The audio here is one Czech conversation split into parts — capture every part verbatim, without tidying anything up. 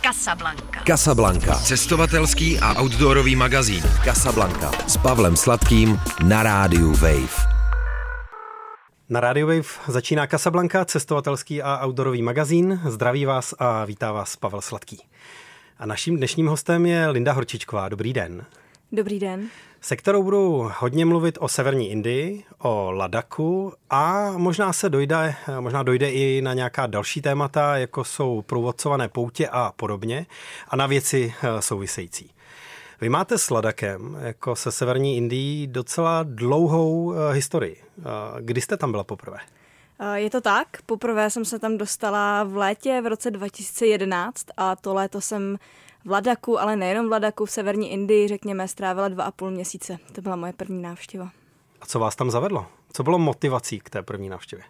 Casablanca. Casablanca. Cestovatelský a outdoorový magazín. Casablanca. S Pavlem Sladkým na rádiu Wave. Na rádiu Wave začíná Casablanca, cestovatelský a outdoorový magazín. Zdraví vás a vítá vás Pavel Sladký. A naším dnešním hostem je Linda Horčičková. Dobrý den. Dobrý den. Se kterou budu hodně mluvit o severní Indii, o Ladaku a možná se dojde, možná dojde i na nějaká další témata, jako jsou průvodcované poutě a podobně, a na věci související. Vy máte s Ladakem, jako se severní Indií, docela dlouhou historii. Kdy jste tam byla poprvé? Je to tak. Poprvé jsem se tam dostala v létě v roce dva tisíce jedenáct a to léto jsem v Ladaku, ale nejenom v Ladaku, v severní Indii, řekněme, strávila dva a půl měsíce. To byla moje první návštěva. A co vás tam zavedlo? Co bylo motivací k té první návštěvě?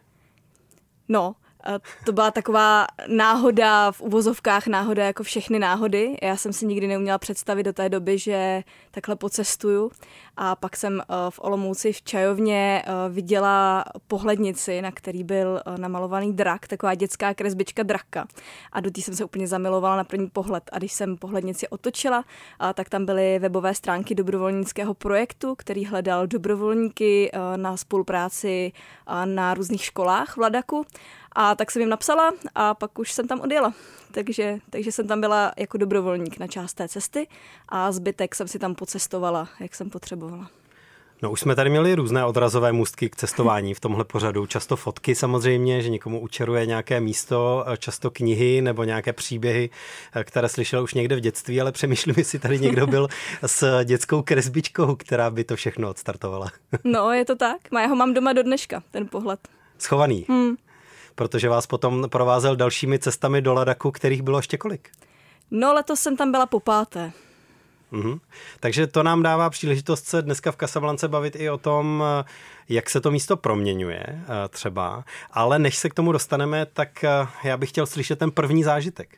No, to byla taková náhoda, v uvozovkách náhoda jako všechny náhody. Já jsem si nikdy neuměla představit do té doby, že takhle pocestuju. A pak jsem v Olomouci v čajovně viděla pohlednici, na který byl namalovaný drak, taková dětská kresbička draka. A do té jsem se úplně zamilovala na první pohled. A když jsem pohlednici otočila, tak tam byly webové stránky dobrovolnického projektu, který hledal dobrovolníky na spolupráci na různých školách v Ladaku. A tak jsem jim napsala a pak už jsem tam odjela. Takže, takže jsem tam byla jako dobrovolník na část té cesty a zbytek jsem si tam pocestovala, jak jsem potřebovala. No už jsme tady měli různé odrazové můstky k cestování v tomhle pořadu. Často fotky samozřejmě, že někomu učaruje nějaké místo, často knihy nebo nějaké příběhy, které slyšel už někde v dětství, ale přemýšlím, jestli tady někdo byl s dětskou kresbičkou, která by to všechno odstartovala. No, je to tak. Já ho mám doma do dneška, ten pohled. Schovaný. Hmm. Protože vás potom provázel dalšími cestami do Ladaku, kterých bylo ještě kolik? No, letos jsem tam byla po páté. Mhm. Takže to nám dává příležitost se dneska v Casablance bavit i o tom, jak se to místo proměňuje třeba. Ale než se k tomu dostaneme, tak já bych chtěl slyšet ten první zážitek.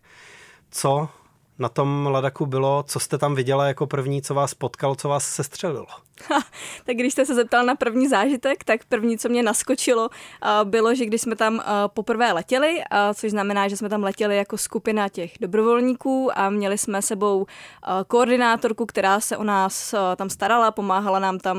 Co na tom Ladaku bylo, co jste tam viděla jako první, co vás potkalo, co vás sestřelilo? Ha, tak když jste se zeptal na první zážitek, tak první, co mě naskočilo, bylo, že když jsme tam poprvé letěli, což znamená, že jsme tam letěli jako skupina těch dobrovolníků a měli jsme sebou koordinátorku, která se o nás tam starala, pomáhala nám tam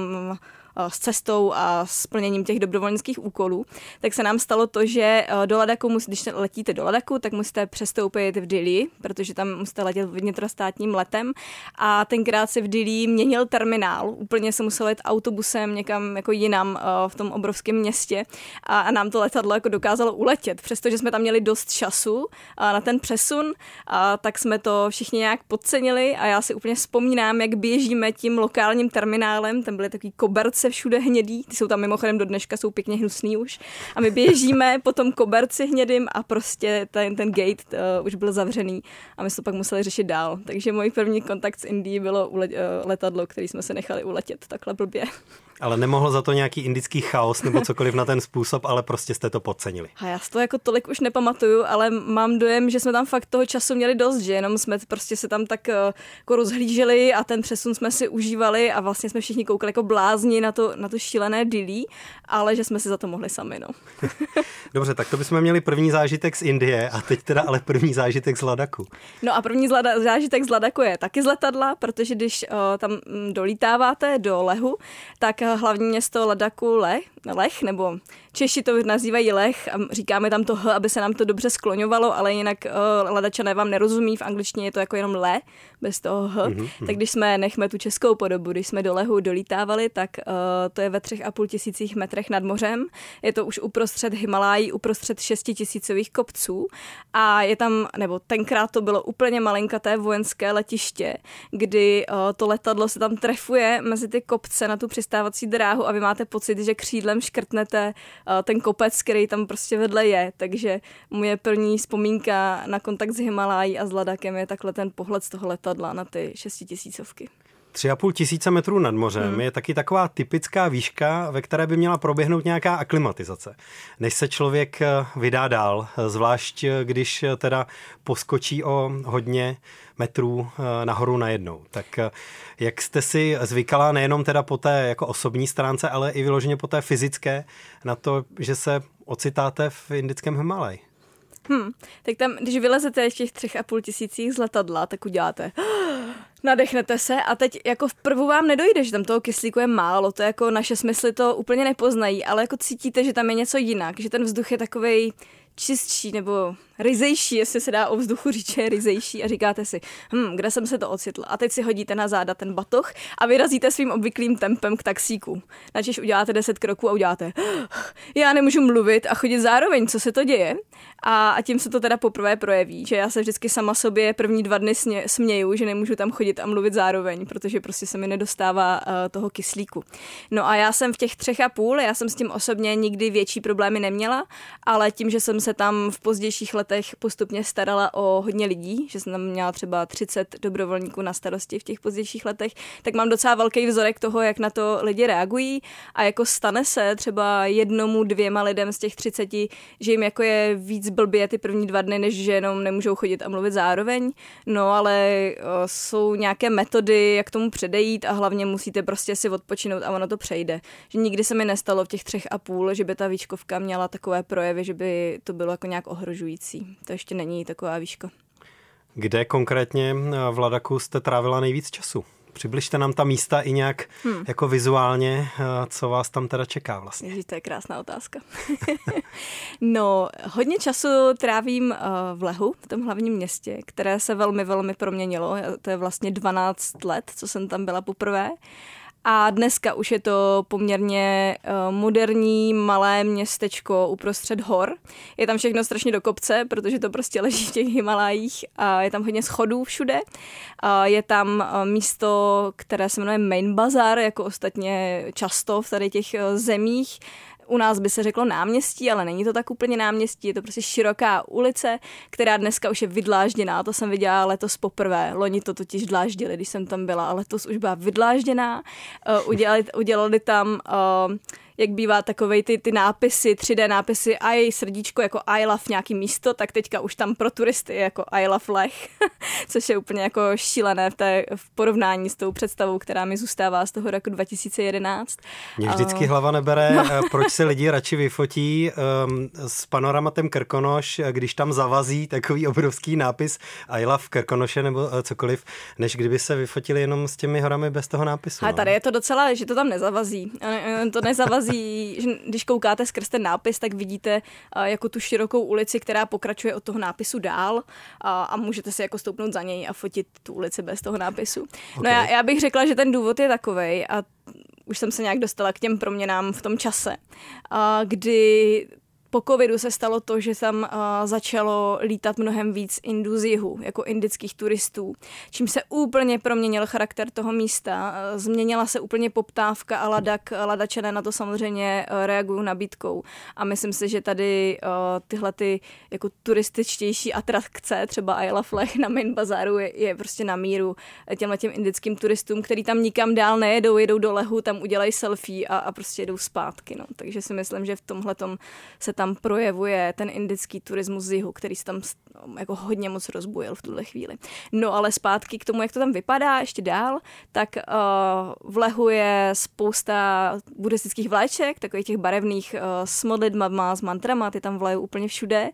s cestou a s plněním těch dobrovolnických úkolů, tak se nám stalo to, že do Ladaku, když letíte do Ladaku, tak musíte přestoupit v Dili, protože tam musíte letět vnitrostátním letem a tenkrát se v Dili měnil terminál, úplně se muselo jet autobusem někam jako jinam v tom obrovském městě a nám to letadlo jako dokázalo uletět, přestože jsme tam měli dost času na ten přesun, a tak jsme to všichni nějak podcenili a já si úplně vzpomínám, jak běžíme tím lokálním terminálem, tam byly takový koberce všude hnědý, ty jsou tam mimochodem do dneška, jsou pěkně hnusný už. A my běžíme po tom koberci hnědým a prostě ten, ten gate uh, už byl zavřený a my jsme to pak museli řešit dál. Takže můj první kontakt s Indií bylo ule, uh, letadlo, který jsme se nechali uletět takhle blbě. Ale nemohl za to nějaký indický chaos nebo cokoliv na ten způsob, ale prostě jste to podcenili. A já si to jako tolik už nepamatuju, ale mám dojem, že jsme tam fakt toho času měli dost, že jenom jsme prostě se tam tak jako rozhlíželi a ten přesun jsme si užívali a vlastně jsme všichni koukali jako blázni na to, na to šílené Dili, ale že jsme si za to mohli sami, no. Dobře, tak to bychom měli první zážitek z Indie a teď teda ale první zážitek z Ladaku. No a první zlada, zážitek z Ladaku je taky z letadla, protože když o, tam dolítáváte do Lehu, tak hlavní město Ladaku Leh, Leh, nebo Češi to nazývají Leh a říkáme tam to H, aby se nám to dobře skloňovalo, ale jinak uh, Ladačané vám nerozumí, v angličtině je to jako jenom Le, bez toho H. Mm-hmm. Tak když jsme, nechme tu českou podobu, když jsme do Lehu dolítávali, tak uh, to je ve třech a půl tisících metrech nad mořem. Je to už uprostřed Himalájí, uprostřed šestitisícových kopců a je tam, nebo tenkrát to bylo úplně malinkaté vojenské letiště, kdy uh, to letadlo se tam trefuje mezi ty kopce na tu přistávací dráhu a vy máte pocit, že křídlem škrtnete uh, ten kopec, který tam prostě vedle je. Takže moje první vzpomínka na kontakt s Himalájí a s Ladakem je takhle ten pohled z toho letadla na ty šestitisícovky. Tři a půl tisíce metrů nad mořem hmm. je taky taková typická výška, ve které by měla proběhnout nějaká aklimatizace, než se člověk vydá dál, zvlášť když teda poskočí o hodně metrů nahoru najednou. Tak jak jste si zvykala nejenom teda po té jako osobní stránce, ale i vyloženě po té fyzické na to, že se ocitáte v indickém Himalaji? Hmm, tak tam, když vylezete v těch třech a půl tisících z letadla, tak uděláte... Nadechnete se a teď jako vprvu vám nedojde, že tam toho kyslíku je málo, to jako naše smysly to úplně nepoznají, ale jako cítíte, že tam je něco jinak, že ten vzduch je takovej čistší nebo ryzejší, jestli se dá o vzduchu říct, že je ryzejší a říkáte si, hm, kde jsem se to ocitl? A teď si hodíte na záda ten batoh a vyrazíte svým obvyklým tempem k taxíku. Načež uděláte deset kroků a uděláte, já nemůžu mluvit a chodit zároveň, co se to děje? A, a tím se to teda poprvé projeví, že já se vždycky sama sobě první dva dny smě, směju, že nemůžu tam chodit a mluvit zároveň, protože prostě se mi nedostává uh, toho kyslíku. No a já jsem v těch třech a půl, já jsem s tím osobně nikdy větší problémy neměla, ale tím, že jsem se tam v pozdějších letech postupně starala o hodně lidí, že jsem tam měla třeba třicet dobrovolníků na starosti v těch pozdějších letech, tak mám docela velký vzorek toho, jak na to lidi reagují a jako stane se třeba jednomu, dvěma lidem z těch třiceti, že jim jako je víc blbě ty první dva dny, než že jenom nemůžou chodit a mluvit zároveň. No ale o, jsou nějaké metody, jak tomu předejít a hlavně musíte prostě si odpočinout a ono to přejde. Že nikdy se mi nestalo v těch třech a půl, že by ta výškovka měla takové projevy, že by to bylo jako nějak ohrožující. To ještě není taková výška. Kde konkrétně v Ladaku jste trávila nejvíc času? Přibližte nám ta místa i nějak hmm. jako vizuálně, co vás tam teda čeká vlastně. Ježíš, to je krásná otázka. No, hodně času trávím v Lehu, v tom hlavním městě, které se velmi, velmi proměnilo. To je vlastně dvanáct let, co jsem tam byla poprvé. A dneska už je to poměrně uh, moderní, malé městečko uprostřed hor. Je tam všechno strašně do kopce, protože to prostě leží v těch Himalájích a je tam hodně schodů všude. Uh, je tam uh, místo, které se jmenuje Main Bazar, jako ostatně často v tady těch uh, zemích. U nás by se řeklo náměstí, ale není to tak úplně náměstí, je to prostě široká ulice, která dneska už je vydlážděná, to jsem viděla letos poprvé, loni to totiž dláždili, když jsem tam byla, ale letos už byla vydlážděná, uh, udělali, udělali tam... Uh, jak bývá takovej ty, ty nápisy, tři dé nápisy I srdíčko jako I love nějaký místo, tak teďka už tam pro turisty je jako I love Lech, což je úplně jako šílené v, té, v porovnání s tou představou, která mi zůstává z toho roku dva tisíce jedenáct. Mě vždycky uh, hlava nebere, no. Proč se lidi radši vyfotí um, s panoramatem Krkonoš, když tam zavazí takový obrovský nápis I love Krkonoše nebo uh, cokoliv, než kdyby se vyfotili jenom s těmi horami bez toho nápisu. Ale no. Tady je to docela, že to tam nezavazí. To nezavazí, že když koukáte skrz ten nápis, tak vidíte uh, jako tu širokou ulici, která pokračuje od toho nápisu dál uh, a můžete si jako stoupnout za něj a fotit tu ulici bez toho nápisu. Okay. No já, já bych řekla, že ten důvod je takovej a už jsem se nějak dostala k těm proměnám v tom čase, uh, kdy po covidu se stalo to, že tam uh, začalo lítat mnohem víc Indů z jihu, jako indických turistů, čím se úplně proměnil charakter toho místa. Uh, změnila se úplně poptávka a Ladak, Ladačané na to samozřejmě uh, reagují nabídkou. A myslím si, že tady uh, tyhle ty jako turističtější atrakce, třeba I love Lech na Main Bazaru, je, je prostě na míru těmhle těm indickým turistům, který tam nikam dál nejedou, jedou do Lehu, tam udělají selfie a, a prostě jedou zpátky. No. Takže si myslím, že v tomhletom se tam projevuje ten indický turismus z jihu, který se tam jako hodně moc rozbujel v tuhle chvíli. No ale zpátky k tomu, jak to tam vypadá ještě dál, tak uh, v Lehu je spousta buddhistických vlajček, takových těch barevných uh, s modlitbama, s mantrama, ty tam vlajou úplně všude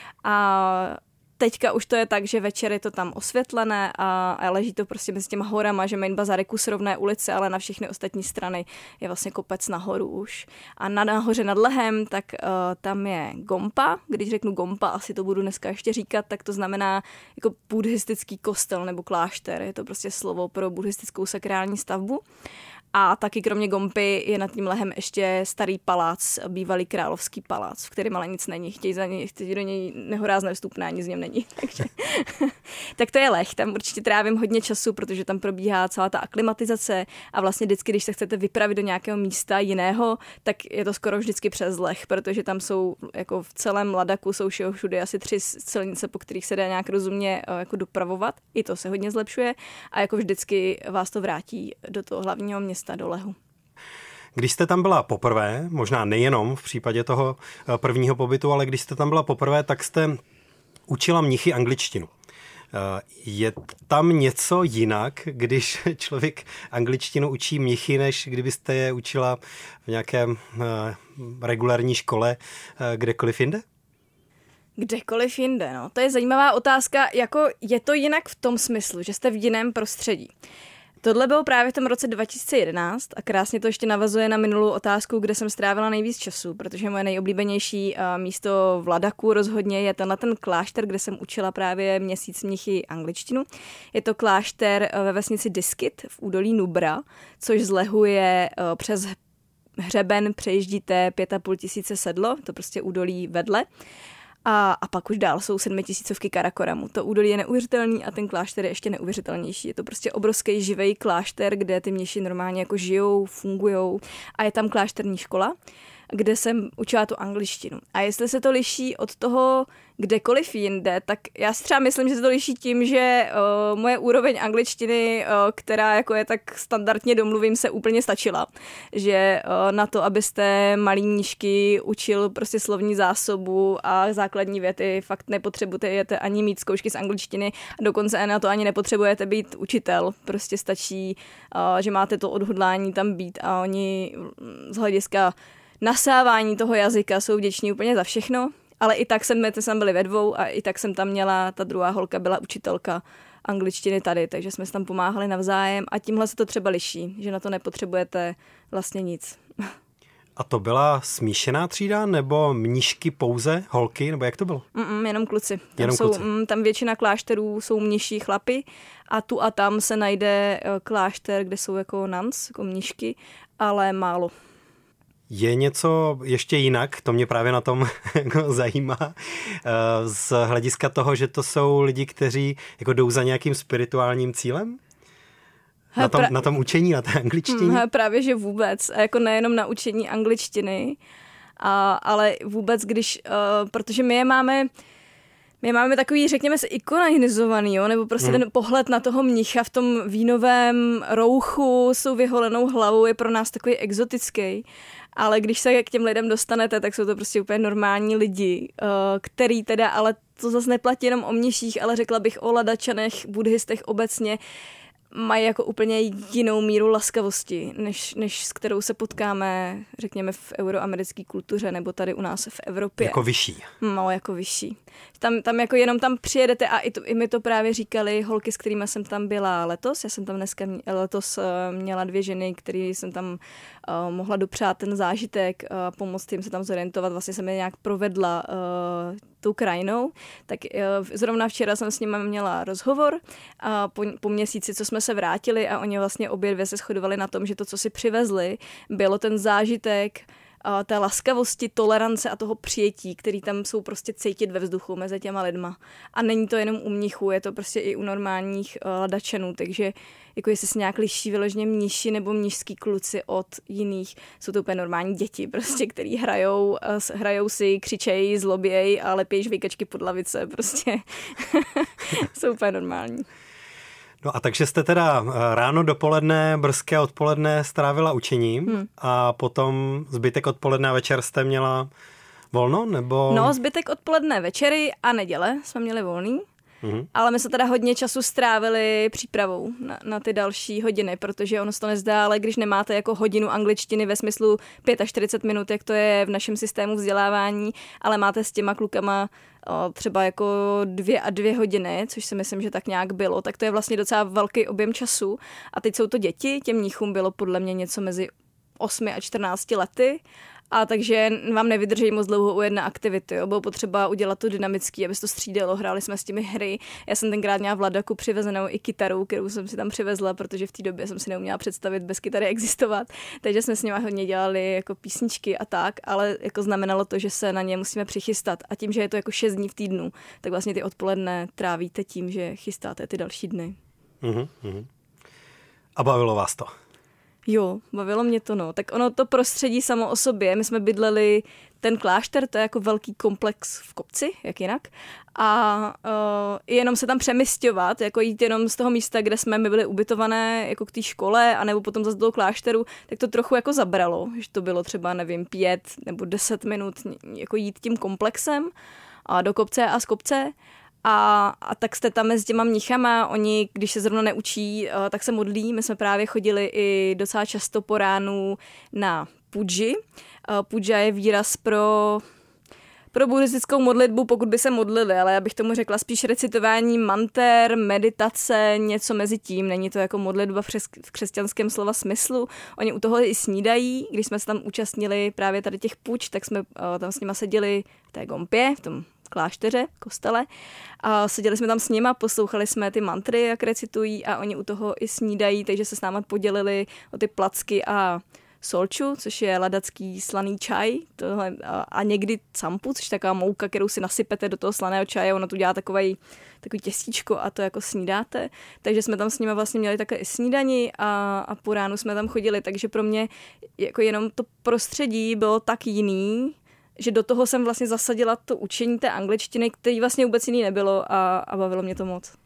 a teďka už to je tak, že večer je to tam osvětlené a, a leží to prostě mezi těma horama, že Main Bazar je kus rovné ulice, ale na všechny ostatní strany je vlastně kopec nahoru už. A na nahoře nad Lehem, tak uh, tam je Gompa. Když řeknu Gompa, asi to budu dneska ještě říkat, tak to znamená jako buddhistický kostel nebo klášter. Je to prostě slovo pro buddhistickou sakrální stavbu. A taky kromě Gompy je nad tím Lehem ještě starý palác, bývalý královský palác, v kterém ale nic není. Chtějí, za něj, chtějí do něj nehorázné vstupné, nic z něm není. Takže. Tak to je Lech, tam určitě trávím hodně času, protože tam probíhá celá ta aklimatizace a vlastně vždycky, když se chcete vypravit do nějakého místa jiného, tak je to skoro vždycky přes Lech, protože tam jsou jako v celém Ladaku jsou všude asi tři silnice, po kterých se dá nějak rozumně jako dopravovat. I to se hodně zlepšuje a jako vždycky vás to vrátí do toho hlavního města, do Lehu. Když jste tam byla poprvé, možná nejenom v případě toho prvního pobytu, ale když jste tam byla poprvé, tak jste učila mnichy angličtinu. Je tam něco jinak, když člověk angličtinu učí mnichy, než kdybyste je učila v nějakém regulární škole kdekoliv jinde? Kdekoliv jinde, no. To je zajímavá otázka, jako je to jinak v tom smyslu, že jste v jiném prostředí. Tohle bylo právě v tom roce dva tisíce jedenáct a krásně to ještě navazuje na minulou otázku, kde jsem strávila nejvíc času, protože moje nejoblíbenější místo v Ladaku rozhodně je tenhle ten klášter, kde jsem učila právě měsíc mnichy angličtinu. Je to klášter ve vesnici Diskit v údolí Nubra, což zlehuje přes hřeben, přejíždíte pět a půl tisíce sedlo, to prostě údolí vedle. A, a pak už dál jsou sedmitisícovky Karakoramu. To údolí je neuvěřitelný a ten klášter je ještě neuvěřitelnější. Je to prostě obrovský živej klášter, kde ty mniši normálně jako žijou, fungujou. A je tam klášterní škola, kde jsem učila tu angličtinu. A jestli se to liší od toho kdekoliv jinde, tak já si třeba myslím, že se to liší tím, že uh, moje úroveň angličtiny, uh, která jako je tak standardně domluvím, se úplně stačila. Že uh, na to, abyste malý mnížky učil prostě slovní zásobu a základní věty, fakt nepotřebujete ani mít zkoušky z angličtiny a dokonce na to ani nepotřebujete být učitel. Prostě stačí, uh, že máte to odhodlání tam být a oni z hlediska nasávání toho jazyka jsou vděční úplně za všechno. Ale i tak jsme tam byli ve dvou a i tak jsem tam měla, ta druhá holka byla učitelka angličtiny tady, takže jsme si tam pomáhali navzájem a tímhle se to třeba liší, že na to nepotřebujete vlastně nic. A to byla smíšená třída nebo mníšky pouze, holky, nebo jak to bylo? Mm, jenom kluci. Tam, jenom jsou, kluci. Mm, tam většina klášterů jsou mniši chlapi a tu a tam se najde klášter, kde jsou jako nuns, jako mnišky, ale málo. Je něco ještě jinak, to mě právě na tom zajímá, z hlediska toho, že to jsou lidi, kteří jako jdou za nějakým spirituálním cílem? Na tom, na tom učení, na té angličtině? Hmm, právě, že vůbec. A jako nejenom na učení angličtiny, a, ale vůbec, když, uh, protože my je máme... My máme takový, řekněme se, ikonizovaný, jo? Nebo prostě hmm. ten pohled na toho mnicha v tom vínovém rouchu s tou vyholenou hlavou je pro nás takový exotický. Ale když se k těm lidem dostanete, tak jsou to prostě úplně normální lidi, který teda, ale to zase neplatí jenom o mniších, ale řekla bych o ladačanech, buddhistech obecně, mají jako úplně jinou míru laskavosti, než, než s kterou se potkáme, řekněme, v euroamerické kultuře nebo tady u nás v Evropě. Jako vyšší. No, jako vyšší. Tam, tam jako jenom tam přijedete a i, to, i mi to právě říkali holky, s kterými jsem tam byla letos. Já jsem tam dneska mě, letos uh, měla dvě ženy, které jsem tam uh, mohla dopřát ten zážitek, uh, pomoct jim se tam zorientovat. Vlastně jsem je nějak provedla uh, tou krajinou. Tak uh, zrovna včera jsem s nimi měla rozhovor a po, po měsíci, co jsme se vrátili a oni vlastně obě dvě se shodovali na tom, že to, co si přivezli, bylo ten zážitek té laskavosti, tolerance a toho přijetí, který tam jsou prostě cítit ve vzduchu mezi těma lidma. A není to jenom u mnichů, je to prostě i u normálních uh, ladačanů, takže jako jestli se nějak liší vyloženě mniši nebo mnišský kluci od jiných, jsou to úplně normální děti, prostě, který hrajou, uh, hrajou si, křičejí, zlobějí a lepějí žvejkačky pod lavice, prostě jsou úplně normální. No a takže jste teda ráno, dopoledne, brzké odpoledne strávila učením hmm. a potom zbytek odpoledne a večer jste měla volno, nebo? No, zbytek odpoledne, večery a neděle jsme měli volný, hmm. ale my jsme teda hodně času strávili přípravou na, na ty další hodiny, protože ono se to nezdá, ale když nemáte jako hodinu angličtiny ve smyslu čtyřicet pět minut, jak to je v našem systému vzdělávání, ale máte s těma klukama třeba jako dvě a dvě hodiny, což si myslím, že tak nějak bylo, tak to je vlastně docela velký objem času. A teď jsou to děti, těm mnichům bylo podle mě něco mezi osmi a čtrnácti lety. A takže vám nevydrží moc dlouho u jedné aktivity. Jo. Bylo potřeba udělat to dynamický, aby se to střídalo. Hráli jsme s těmi hry. Já jsem tenkrát měla v Ladaku přivezenou i kytaru, kterou jsem si tam přivezla, protože v té době jsem si neuměla představit bez kytary existovat. Takže jsme s nimi hodně dělali jako písničky a tak, ale jako znamenalo to, že se na ně musíme přichystat. A tím, že je to jako šest dní v týdnu, tak vlastně ty odpoledne trávíte tím, že chystáte ty další dny. Uhum. A bavilo vás to? Jo, bavilo mě to, no. Tak ono to prostředí samo o sobě, my jsme bydleli, ten klášter, to je jako velký komplex v kopci, jak jinak. A uh, jenom se tam přemysťovat, jako jít jenom z toho místa, kde jsme my byli ubytované, jako k té škole, anebo potom zase do klášteru, tak to trochu jako zabralo, že to bylo třeba, nevím, pět nebo deset minut, jako jít tím komplexem a do kopce a z kopce. A, a tak jste tam s těma mnichama, oni, když se zrovna neučí, tak se modlí. My jsme právě chodili i docela často po ránu na pudži. Pudža je výraz pro pro buddhistickou modlitbu, pokud by se modlili, ale já bych tomu řekla spíš recitování manter, meditace, něco mezi tím. Není to jako modlitba v, křes- v křesťanském slova smyslu. Oni u toho i snídají. Když jsme se tam účastnili právě tady těch puč, tak jsme uh, tam s nima seděli v té gompě, v tom klášteře, kostele. A seděli jsme tam s nima, poslouchali jsme ty mantry, jak recitují a oni u toho i snídají, takže se s náma podělili o ty placky a solču, což je ladacký slaný čaj tohle, a, a někdy campu, což je taková mouka, kterou si nasypete do toho slaného čaje, ono tu dělá takový, takový těstíčko a to jako snídáte. Takže jsme tam s nimi vlastně měli také i snídani a, a po ránu jsme tam chodili, takže pro mě jako jenom to prostředí bylo tak jiný, že do toho jsem vlastně zasadila to učení té angličtiny, který vlastně vůbec jiný nebylo a, a bavilo mě to moc.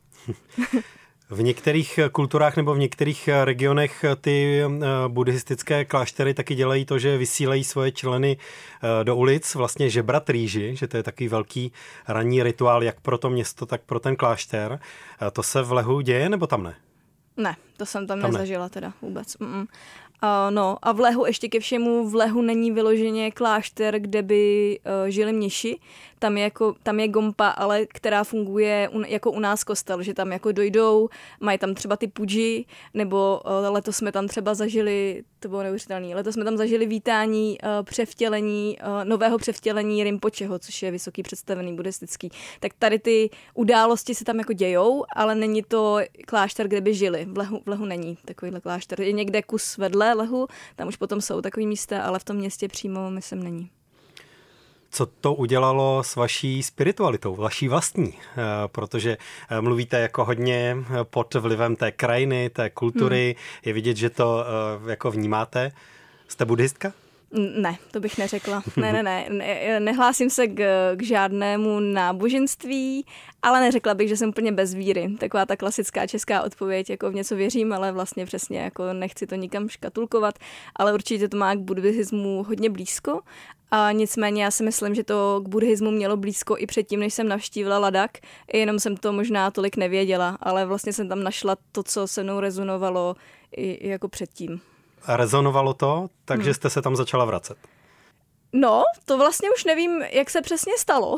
V některých kulturách nebo v některých regionech ty buddhistické kláštery taky dělají to, že vysílají svoje členy do ulic, vlastně žebrat rýži, že to je takový velký ranní rituál jak pro to město, tak pro ten klášter. To se v Lehu děje nebo tam ne? Ne, to jsem tam, tam nezažila ne. teda vůbec. Mm-mm. Uh, no a v Lehu ještě ke všemu, v Lehu není vyloženě klášter, kde by uh, žili mniši. Tam je, jako, tam je gompa, ale která funguje un, jako u nás kostel, že tam jako dojdou, mají tam třeba ty pudži, nebo uh, letos jsme tam třeba zažili, to bylo neuvěřitelné, letos jsme tam zažili vítání uh, převtělení, uh, nového převtělení Rinpocheho, což je vysoký představený buddhistický. Tak tady ty události se tam jako dějou, ale není to klášter, kde by žili. V Lehu, v Lehu není takovýhle klášter. Je někde kus vedle Lehu, tam už potom jsou takový místa, ale v tom městě přímo myslím není. Co to udělalo s vaší spiritualitou, vaší vlastní? Protože mluvíte jako hodně pod vlivem té krajiny, té kultury. Hmm. Je vidět, že to jako vnímáte. Jste buddhistka? Ne, to bych neřekla. Ne, ne, ne. ne nehlásím se k, k žádnému náboženství, ale neřekla bych, že jsem úplně bez víry. Taková ta klasická česká odpověď, jako v něco věřím, ale vlastně přesně jako nechci to nikam škatulkovat, ale určitě to má k buddhismu hodně blízko. A nicméně já si myslím, že to k buddhismu mělo blízko i předtím, než jsem navštívila Ladakh, jenom jsem to možná tolik nevěděla, ale vlastně jsem tam našla to, co se mnou rezonovalo i, i jako předtím. A rezonovalo to, takže hmm. jste se tam začala vracet. No, to vlastně už nevím, jak se přesně stalo.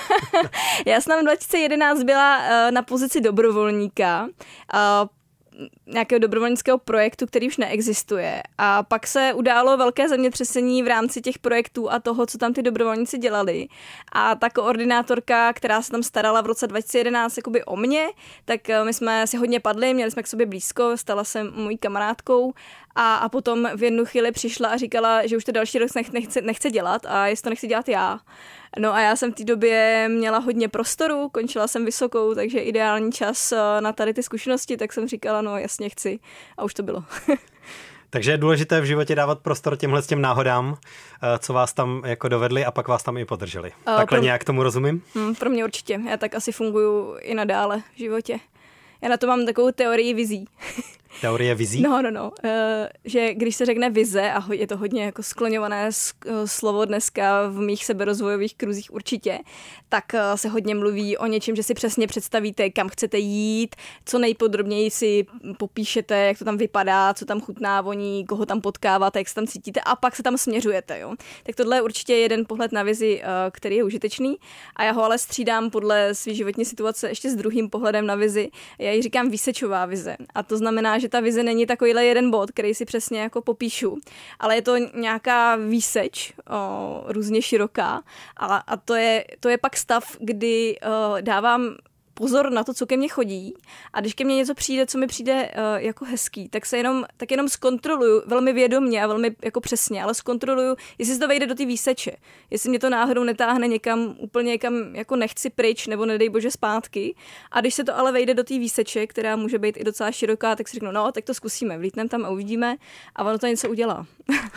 Já jsem tam dva tisíce jedenáct byla uh, na pozici dobrovolníka, uh, nějakého dobrovolnického projektu, který už neexistuje. A pak se událo velké zemětřesení v rámci těch projektů a toho, co tam ty dobrovolníci dělali. A ta koordinátorka, která se tam starala v roce dva tisíce jedenáct jakoby o mě, tak my jsme si hodně padli, měli jsme k sobě blízko, stala se mojí kamarádkou a, a potom v jednu chvíli přišla a říkala, že už to další rok nechce, nechce dělat a jestli to nechci dělat já. No a já jsem v té době měla hodně prostoru, končila jsem vysokou, takže ideální čas na tady ty zkušenosti, tak jsem říkala, no jasně chci. A už to bylo. Takže je důležité v životě dávat prostor těmhle s těm náhodám, co vás tam jako dovedli a pak vás tam i podrželi. Uh, Takhle pro... nějak tomu rozumím? Hmm, pro mě určitě. Já tak asi funguju i nadále v životě. Já na to mám takovou teorii vizí. Teorie vizí? No, no, no. Uh, že když se řekne vize, a je to hodně jako skloňované slovo dneska v mých seberozvojových kruzích určitě, tak uh, se hodně mluví o něčem, že si přesně představíte, kam chcete jít, co nejpodrobněji si popíšete, jak to tam vypadá, co tam chutná, voní, koho tam potkáváte, jak se tam cítíte a pak se tam směřujete. Jo? Tak tohle je určitě jeden pohled na vizi, uh, který je užitečný a já ho ale střídám podle své životní situace ještě s druhým pohledem na vizi. Já ji říkám výsečová vize a to znamená, že ta vize není takovýhle jeden bod, který si přesně jako popíšu, ale je to nějaká výseč, o, různě široká a, a to, je, to je pak stav, kdy o, dávám pozor na to, co ke mně chodí a když ke mně něco přijde, co mi přijde uh, jako hezký, tak se jenom, tak jenom zkontroluju velmi vědomně a velmi jako přesně, ale zkontroluju, jestli se to vejde do té výseče, jestli mě to náhodou netáhne někam úplně někam jako nechci pryč nebo nedej bože zpátky a když se to ale vejde do té výseče, která může být i docela široká, tak si řeknu, no, tak to zkusíme, vlítneme tam a uvidíme a ono to něco udělá.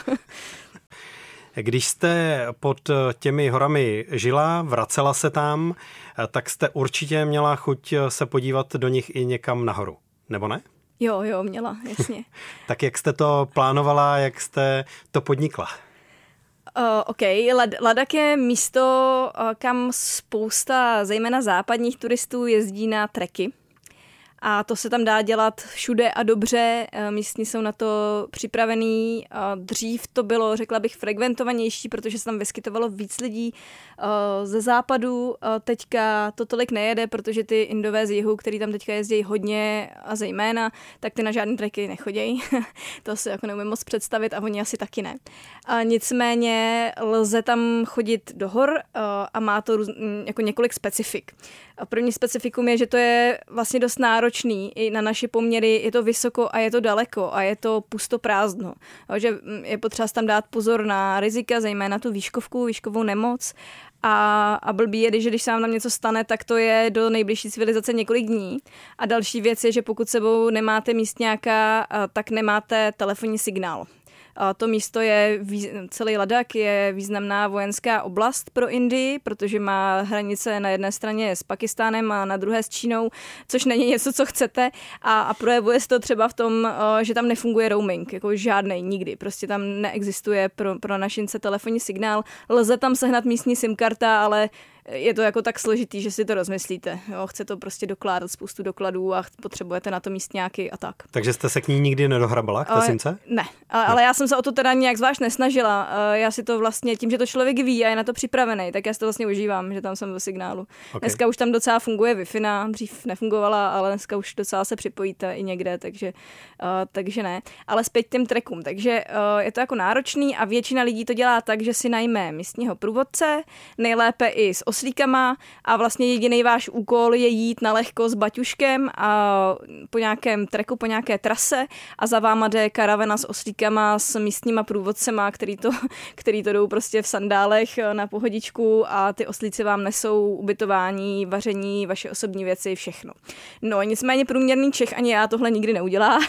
Když jste pod těmi horami žila, vracela se tam, tak jste určitě měla chuť se podívat do nich i někam nahoru, nebo ne? Jo, jo, měla, jasně. Tak jak jste to plánovala, jak jste to podnikla? Uh, OK, Ladakh je místo, uh, kam spousta, zejména západních turistů, jezdí na treky. A to se tam dá dělat všude a dobře, místní jsou na to připravený. Dřív to bylo, řekla bych, frekventovanější, protože se tam vyskytovalo víc lidí ze západu. Teďka to tolik nejede, protože ty Indové z jihu, který tam teďka jezdí hodně a zejména, tak ty na žádný treky nechodějí. To si jako neumím moc představit a oni asi taky ne. A nicméně lze tam chodit do hor a má to růz, jako několik specifik. A první specifikum je, že to je vlastně dost náročný i na naše poměry, je to vysoko a je to daleko a je to pusto prázdno. Takže je potřeba tam dát pozor na rizika, zejména tu výškovku, výškovou nemoc. A, a blbý je, že když se vám tam něco stane, tak to je do nejbližší civilizace několik dní. A další věc je, že pokud sebou nemáte místňáka, tak nemáte telefonní signál. A to místo je, celý Ladak je významná vojenská oblast pro Indii, protože má hranice na jedné straně s Pakistánem a na druhé s Čínou, což není něco, co chcete. A, a projevuje se to třeba v tom, že tam nefunguje roaming, jako žádnej nikdy. Prostě tam neexistuje pro, pro našince telefonní signál. Lze tam sehnat místní SIM karta, ale je to jako tak složitý, že si to rozmyslíte. Jo, chce to prostě dokládat spoustu dokladů a potřebujete na to místňáky a tak. Takže jste se k ní nikdy nedohrabala, k té simce? Ne, ale, ale já jsem se o to teda nějak zvlášť nesnažila. Já si to vlastně, tím, že to člověk ví a je na to připravený, tak já si to vlastně užívám, že tam jsem ve signálu. Okay. Dneska už tam docela funguje Wi-Fi, dřív nefungovala, ale dneska už docela se připojíte i někde, takže, uh, takže ne. Ale zpět těm trackům, takže uh, je to jako náročný a většina lidí to dělá tak, že si najme místního průvodce, nejlépe i s oslíkama a vlastně jediný váš úkol je jít na lehko s baťuškem a po nějakém treku, po nějaké trase a za váma jde karavana s oslíkama, s místníma průvodcema, který to, který to jdou prostě v sandálech na pohodičku a ty oslíci vám nesou ubytování, vaření, vaše osobní věci, všechno. No nicméně průměrný Čech ani já tohle nikdy neudělá.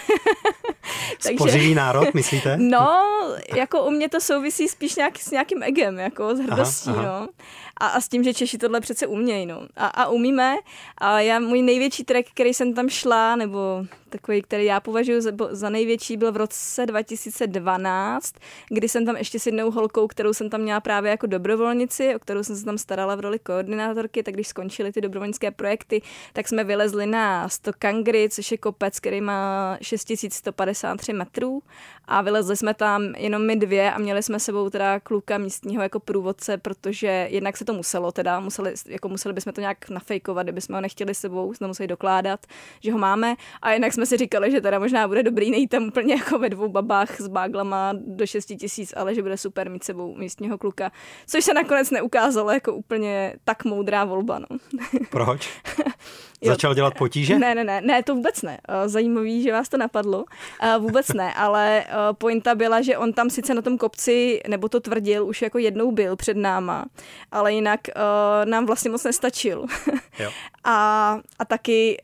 Spořivý národ, myslíte? No, jako u mě to souvisí spíš nějak, s nějakým egem, jako s hrdostí, aha, aha. no. A, a s tím, že Češi tohle přece umějí, no. A, a umíme. A já, můj největší track, který jsem tam šla, nebo takový, který já považuji za, za největší, byl v roce dva tisíce dvanáct, kdy jsem tam ještě s jednou holkou, kterou jsem tam měla právě jako dobrovolnici, o kterou jsem se tam starala v roli koordinátorky, tak když skončily ty dobrovolnické projekty, tak jsme vylezli na Stokangri, což je kopec, který má šest tisíc sto padesát tři metrů a vylezli jsme tam jenom my dvě a měli jsme sebou teda kluka místního jako průvodce, protože jednak se to muselo teda, museli, jako museli bychom to nějak nafejkovat, kdybychom ho nechtěli sebou, jsme museli dokládat, že ho máme a jednak jsme si říkali, že teda možná bude dobrý nejít tam úplně jako ve dvou babách s báglama do šesti tisíc, ale že bude super mít sebou místního kluka, což se nakonec neukázalo jako úplně tak moudrá volba. No. Proč? Začal dělat potíže? Ne, ne, ne, ne, to vůbec ne. Zajímavý, že vás to napadlo. Vůbec ne, ale pointa byla, že on tam sice na tom kopci, nebo to tvrdil, už jako jednou byl před náma, ale jinak nám vlastně moc nestačil. Jo. A, a taky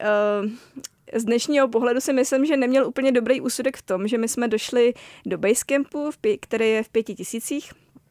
z dnešního pohledu si myslím, že neměl úplně dobrý úsudek v tom, že my jsme došli do basecampu, který je v pěti tisících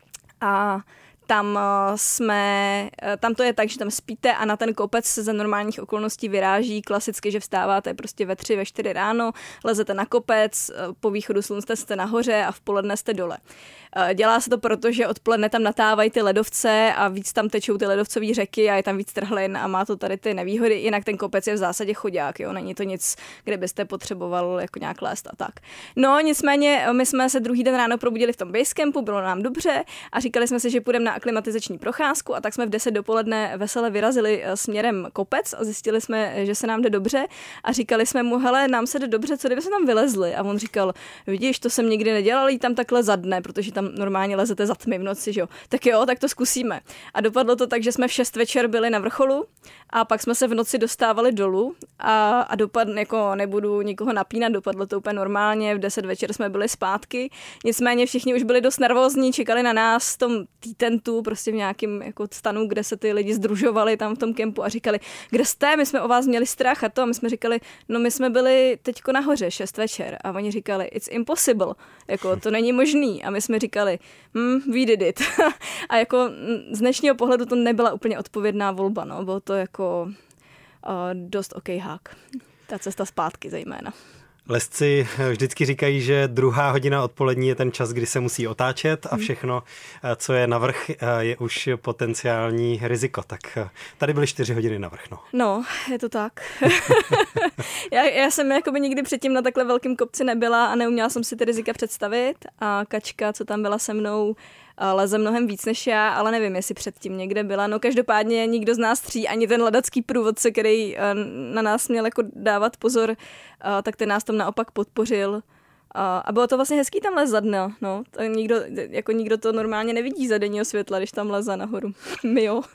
a tam jsme, tam to je tak, že tam spíte a na ten kopec se za normálních okolností vyráží klasicky, že vstáváte prostě ve tři, ve čtyři ráno, lezete na kopec, po východu slunce jste nahoře a v poledne jste dole. Dělá se to proto, že odpoledne tam natávají ty ledovce a víc tam tečou ty ledovcové řeky a je tam víc trhlin a má to tady ty nevýhody, jinak ten kopec je v zásadě chodák, jo, není to nic, kde byste potřeboval jako nějak lézt a tak. No nicméně my jsme se druhý den ráno probudili v tom basecampu, bylo nám dobře a říkali jsme si, že půjdeme na aklimatizační procházku a tak jsme v deset dopoledne vesele vyrazili směrem kopec a zjistili jsme, že se nám jde dobře a říkali jsme mu, hele, nám se jde dobře, co kdyby jsme tam vylezli? A on říkal, vidíš, to jsem nikdy nedělal, jít tam takhle za dne, protože tam normálně lezete za tmy v noci, že jo. Tak jo, tak to zkusíme. A dopadlo to tak, že jsme v šest večer byli na vrcholu a pak jsme se v noci dostávali dolů a, a dopadlo, jako nebudu nikoho napínat, dopadlo to úplně normálně, v deset večer jsme byli zpátky, nicméně všichni už byli dost nervózní, čekali na nás v tom tentu, prostě v nějakém jako stanu, kde se ty lidi združovali tam v tom kempu a říkali, kde jste, my jsme o vás měli strach a to a my jsme říkali, no my jsme byli teďko nahoře, šest večer a oni říkali, it's impossible, jako to není možný a my jsme říkali, hm, we did it. A jako z dnešního pohledu to nebyla úplně odpovědná volba, no, bylo to jako uh, dost OK hák. Ta cesta zpátky zejména. Lesci vždycky říkají, že druhá hodina odpolední je ten čas, kdy se musí otáčet a všechno, co je navrch, je už potenciální riziko. Tak tady byly čtyři hodiny navrch. No, no je to tak. já, já jsem jakoby nikdy předtím na takhle velkém kopci nebyla a neuměla jsem si ty rizika představit a Kačka, co tam byla se mnou, leze mnohem víc než já, ale nevím, jestli předtím někde byla. No každopádně nikdo z nás tří, ani ten ledacký průvodce, který na nás měl jako dávat pozor, tak ten nás tam naopak podpořil. A bylo to vlastně hezký tam lezat, no. no. Nikdo, jako nikdo to normálně nevidí za denního světla, když tam leze nahoru. My jo.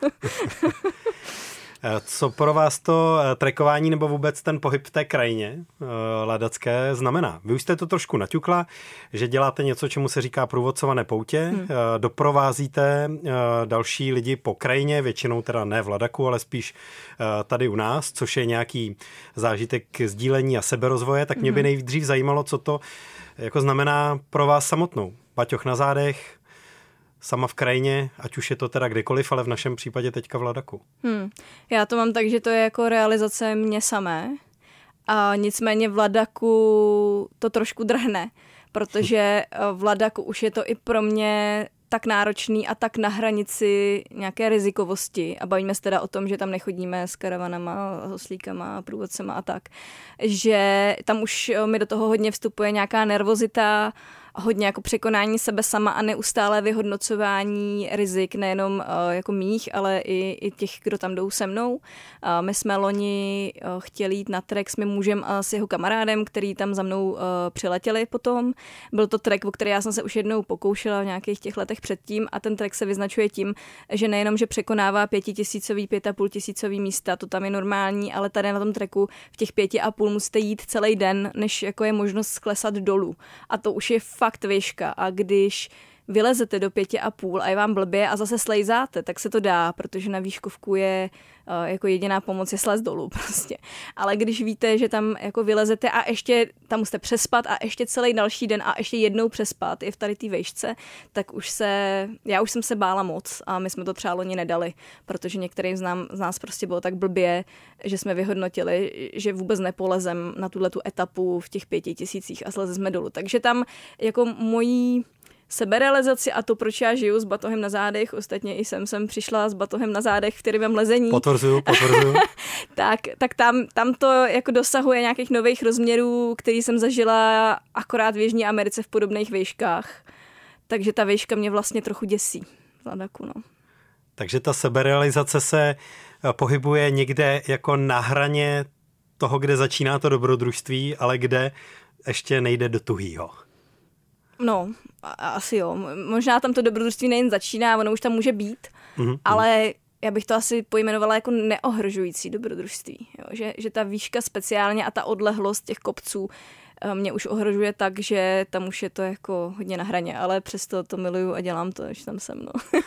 Co pro vás to trekování nebo vůbec ten pohyb v té krajině ladacké znamená? Vy už jste to trošku naťukla, že děláte něco, čemu se říká průvodcované poutě, hmm. doprovázíte další lidi po krajině, většinou teda ne v Ladaku, ale spíš tady u nás, což je nějaký zážitek sdílení a seberozvoje, tak mě by nejdřív zajímalo, co to jako znamená pro vás samotnou. Baťoch na zádech, sama v krajině, ať už je to teda kdekoliv, ale v našem případě teďka v Ladaku. Hmm. Já to mám tak, že to je jako realizace mě samé a nicméně v Ladaku to trošku drhne, protože v Ladaku už je to i pro mě tak náročný a tak na hranici nějaké rizikovosti a bavíme se teda o tom, že tam nechodíme s karavanama, hoslíkama, průvodcema a tak, že tam už mi do toho hodně vstupuje nějaká nervozita, hodně jako překonání sebe sama a neustále vyhodnocování rizik, nejenom uh, jako mých, ale i, i těch, kdo tam jdou se mnou. Uh, my jsme loni uh, chtěli jít na trek s mým mužem a s jeho kamarádem, který tam za mnou uh, přiletěli potom. Byl to trek, o který já jsem se už jednou pokoušela v nějakých těch letech předtím a ten trek se vyznačuje tím, že nejenom, že překonává pětitisícový, pět a půl tisícový místa, to tam je normální, ale tady na tom treku v těch pěti a půl musíte jít celý den, než jako je možnost sklesat dolů. A to už je fakt výška a když vylezete do pěti a půl a je vám blbě a zase slejzáte, tak se to dá, protože na výškovku je uh, jako jediná pomoc je slez dolů prostě. Ale když víte, že tam jako vylezete a ještě tam musíte přespat a ještě celý další den a ještě jednou přespat i v tady té výšce, tak už se, já už jsem se bála moc a my jsme to třeba loni nedali, protože některým z, nám, z nás prostě bylo tak blbě, že jsme vyhodnotili, že vůbec nepolezem na tuhletu etapu v těch pěti tisících a slezli jsme dolů. Takže tam jako mojí seberealizaci a to, proč já žiju s batohem na zádech, ostatně i jsem sem přišla s batohem na zádech v kterém lezení. Potvrzuju, potvrzuju. tak tak tam, tam to jako dosahuje nějakých nových rozměrů, který jsem zažila akorát v Jižní Americe v podobných výškách. Takže ta výška mě vlastně trochu děsí. Ladaku, no. Takže ta seberealizace se pohybuje někde jako na hraně toho, kde začíná to dobrodružství, ale kde ještě nejde do tuhýho. No, asi jo. Možná tam to dobrodružství nejen začíná, ono už tam může být, mm-hmm. ale já bych to asi pojmenovala jako neohrožující dobrodružství. Jo? Že, že ta výška speciálně a ta odlehlost těch kopců mě už ohrožuje tak, že tam už je to jako hodně na hraně, ale přesto to miluju a dělám to, že tam jsem. No.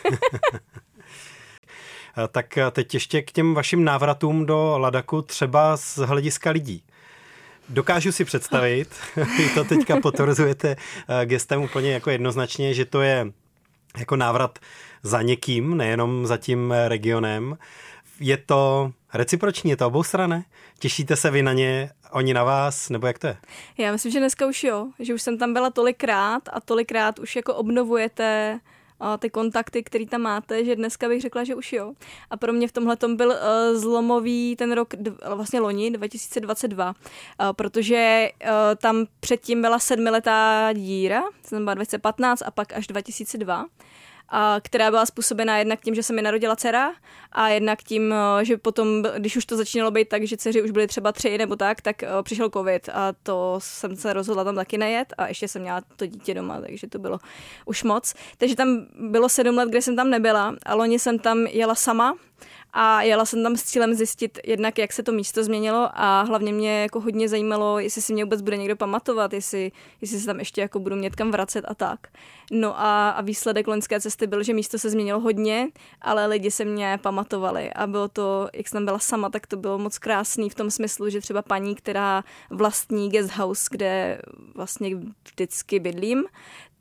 Tak teď ještě k těm vašim návratům do Ladaku třeba z hlediska lidí. Dokážu si představit, vy to teďka potvrzujete gestem úplně jako jednoznačně, že to je jako návrat za někým, nejenom za tím regionem. Je to reciproční, je to oboustranné? Těšíte se vy na ně, oni na vás, nebo jak to je? Já myslím, že dneska už jo, že už jsem tam byla tolikrát a tolikrát už jako obnovujete ty kontakty, který tam máte, že dneska bych řekla, že už jo. A pro mě v tomhletom byl uh, zlomový ten rok, vlastně loni, dva tisíce dvacet dva, uh, protože uh, tam předtím byla sedmiletá díra, jsem byla dva tisíce patnáct a pak až dva tisíce dva, a která byla způsobená jednak tím, že se mi narodila dcera a jednak tím, že potom, když už to začínalo být tak, že dceři už byly třeba tři nebo tak, tak přišel covid a to jsem se rozhodla tam taky nejet a ještě jsem měla to dítě doma, takže to bylo už moc. Takže tam bylo sedm let, kde jsem tam nebyla a loni jsem tam jela sama a jela jsem tam s cílem zjistit jednak, jak se to místo změnilo a hlavně mě jako hodně zajímalo, jestli si mě vůbec bude někdo pamatovat, jestli, jestli se tam ještě jako budu mít kam vracet a tak. No a, a výsledek loňské cesty byl, že místo se změnilo hodně, ale lidi se mě pamatovali a bylo to, jak jsem tam byla sama, tak to bylo moc krásný v tom smyslu, že třeba paní, která vlastní guest house, kde vlastně vždycky bydlím,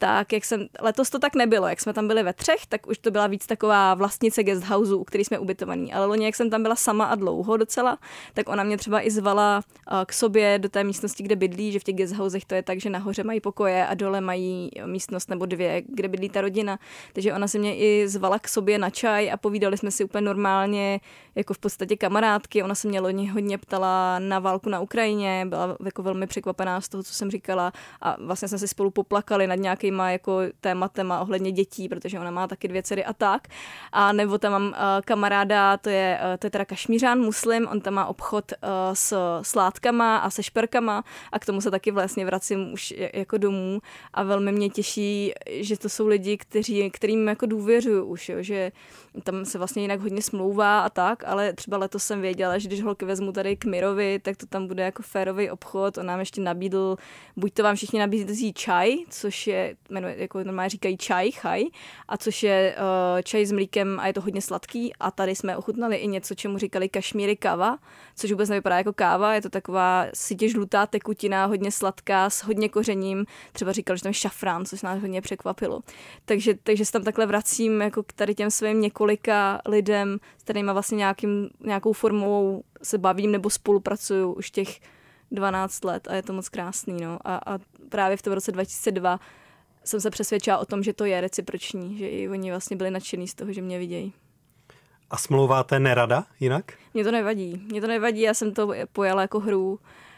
tak jak jsem, letos to tak nebylo, jak jsme tam byli ve třech, tak už to byla víc taková vlastnice guest houseu, u který jsme ubytovaní. Ale loni, jak jsem tam byla sama a dlouho docela, tak ona mě třeba i zvala k sobě do té místnosti, kde bydlí, že v těch guest housech to je tak, že nahoře mají pokoje a dole mají místnost nebo dvě, kde bydlí ta rodina. Takže ona se mě i zvala k sobě na čaj a povídali jsme si úplně normálně, jako v podstatě kamarádky. Ona se mě loni hodně ptala na válku na Ukrajině, byla jako velmi překvapená z toho, co jsem říkala, a vlastně jsme si spolu poplakali nad nějakýma jako tématema ohledně dětí, protože ona má taky dvě dcery a tak. A nebo tam mám uh, kamaráda, to je, uh, to je teda Kašmířan, muslim, on tam má obchod uh, s sládkama a se šperkama a k tomu se taky vlastně vracím už jako domů a velmi mě těší, že to jsou lidi, kteří, kterým jako důvěřuju už, jo, že tam se vlastně jinak hodně smlouvá a tak, ale třeba letos jsem věděla, že když holky vezmu tady k Mirovi, tak to tam bude jako férový obchod. On nám ještě nabídl, buď to vám všichni nabízí čaj, což je, jmenuje, jako normálně říkají čaj, chaj, a což je uh, čaj s mlíkem a je to hodně sladký. A tady jsme ochutnali i něco, čemu říkali kašmíry kava, což vůbec nevypadá jako káva, je to taková sitě žlutá tekutina, hodně sladká, s hodně kořením. Třeba říkali, že tam je šafrán, což nás hodně překvapilo. Takže, takže se tam takhle vracím jako k tady těm svým několika lidem, s kterými vlastně nějakým, nějakou formou se bavím nebo spolupracuju už těch dvanáct let a je to moc krásný. No. A, a právě v tom roce dva tisíce dva jsem se přesvědčila o tom, že to je reciproční, že i oni vlastně byli nadšený z toho, že mě vidějí. A smlouváte nerada jinak? Mně to nevadí. Mně to nevadí, já jsem to pojala jako hru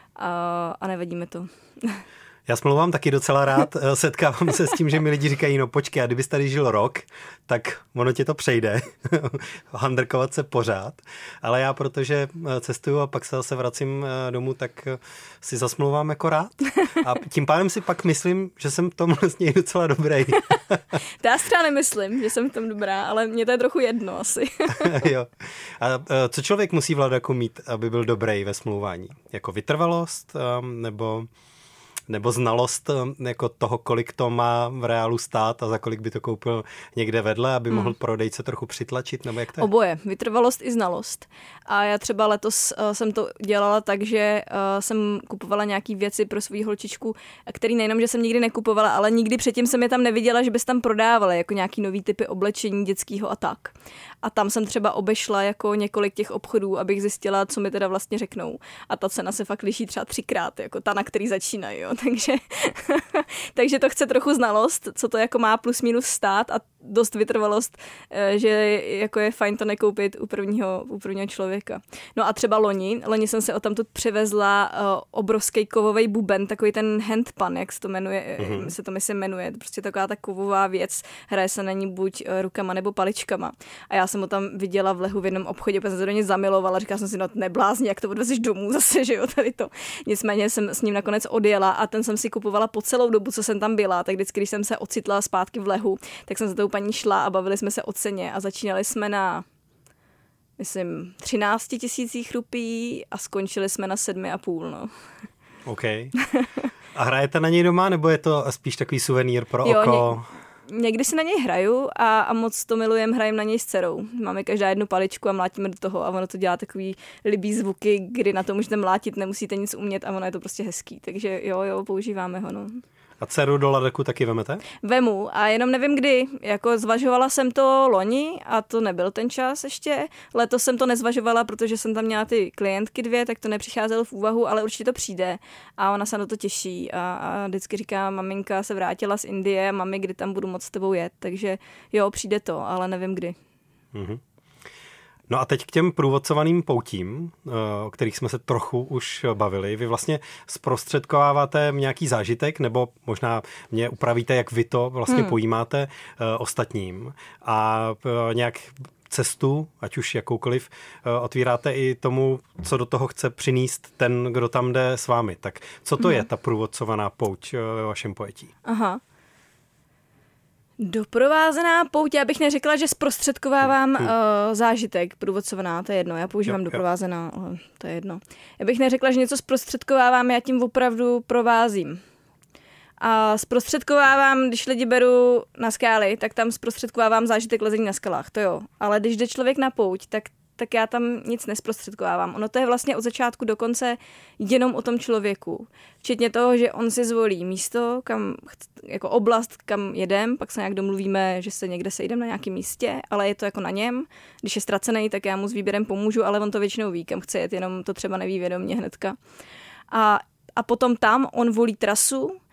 a, a nevadí mi to. Já smlouvám taky docela rád, setkávám se s tím, že mi lidi říkají, no počkej, a kdybys tady žil rok, tak ono tě to přejde, handrkovat se pořád, ale já, protože cestuju a pak se zase vracím domů, tak si zasmlouvám jako rád a tím pádem si pak myslím, že jsem v tom vlastně docela dobrý. To já třeba nemyslím, že jsem v tom dobrá, ale mě to je trochu jedno asi. Jo. A co člověk musí v Ladaku mít, aby byl dobrý ve smlouvání? Jako vytrvalost nebo... nebo znalost jako toho, kolik to má v reálu stát a za kolik by to koupil někde vedle, aby hmm. mohl prodejce trochu přitlačit, nebo jak to je? Oboje, vytrvalost i znalost. A já třeba letos uh, jsem to dělala tak, že uh, jsem kupovala nějaký věci pro svou holčičku, který nejenom, že jsem nikdy nekupovala, ale nikdy předtím jsem je tam neviděla, že bys tam prodávali, jako nějaký nový typy oblečení dětského a tak. A tam jsem třeba obešla jako několik těch obchodů, abych zjistila, co mi teda vlastně řeknou. A ta cena se fakt liší třeba třikrát, jako ta, na který začínají, jo. Takže, takže to chce trochu znalost, co to jako má plus minus stát a dost vytrvalost, že jako je fajn to nekoupit u prvního, u prvního člověka. No a třeba loni, loni jsem se odtamtud přivezla uh, obrovský kovový buben, takový ten handpan, jak se to jmenuje, mm-hmm. se to myslím jmenuje, prostě taková ta kovová věc, hraje se na ní buď rukama nebo paličkama. A já jsem ho tam viděla v lehu v jednom obchodě, protože jsem se do něj zamilovala, říkala jsem si, no neblázni, jak to odvezeš domů zase, že jo, tady to. Nicméně jsem s ním nakonec odjela a ten jsem si kupovala po celou dobu, co jsem tam byla, tak vždycky, když jsem se ocitla zpátky v lehu, tak jsem za tou paní šla a bavili jsme se o ceně a začínali jsme na, myslím, třináct tisících rupí a skončili jsme na sedmi a půl, no. OK. A hrajete na něj doma, nebo je to spíš takový suvenýr pro jo, oko? Ně, někdy si na něj hraju a, a moc to milujem, hrajem na něj s dcerou. Máme každá jednu paličku a mlátíme do toho a ono to dělá takový libý zvuky, kdy na to můžete mlátit, nemusíte nic umět a ono je to prostě hezký. Takže jo, jo, používáme ho, no. A dceru do Ladaku taky vemete? Vemu a jenom nevím kdy. Jako zvažovala jsem to loni a to nebyl ten čas ještě. Letos jsem to nezvažovala, protože jsem tam měla ty klientky dvě, tak to nepřicházelo v úvahu, ale určitě to přijde a ona se na to těší. A, a vždycky říká, maminka se vrátila z Indie, mami, kdy tam budu moc s tebou jet. Takže jo, přijde to, ale nevím kdy. Mhm. No a teď k těm průvodcovaným poutím, o kterých jsme se trochu už bavili. Vy vlastně zprostředkováváte nějaký zážitek, nebo možná mě upravíte, jak vy to vlastně hmm. pojímáte ostatním a nějak cestu, ať už jakoukoliv, otvíráte i tomu, co do toho chce přinést ten, kdo tam jde s vámi. Tak co to hmm. je ta průvodcovaná pouť ve vašem pojetí? Aha. Doprovázená pouť, já bych neřekla, že zprostředkovávám hmm. uh, zážitek, průvodcovaná, to je jedno, já používám jo, doprovázená, jo. to je jedno. Já bych neřekla, že něco zprostředkovávám, já tím opravdu provázím. A zprostředkovávám, když lidi beru na skály, tak tam zprostředkovávám zážitek lezení na skalách, to jo. Ale když jde člověk na pouť, tak tak já tam nic nesprostředkovávám. Ono to je vlastně od začátku do konce jenom o tom člověku. Včetně toho, že on si zvolí místo, kam, jako oblast, kam jedem, pak se nějak domluvíme, že se někde sejdem na nějakém místě, ale je to jako na něm. Když je ztracený, tak já mu s výběrem pomůžu, ale on to většinou ví, kam chce jet, jenom to třeba neví vědomě hnedka. A, a potom tam on volí trasu, uh,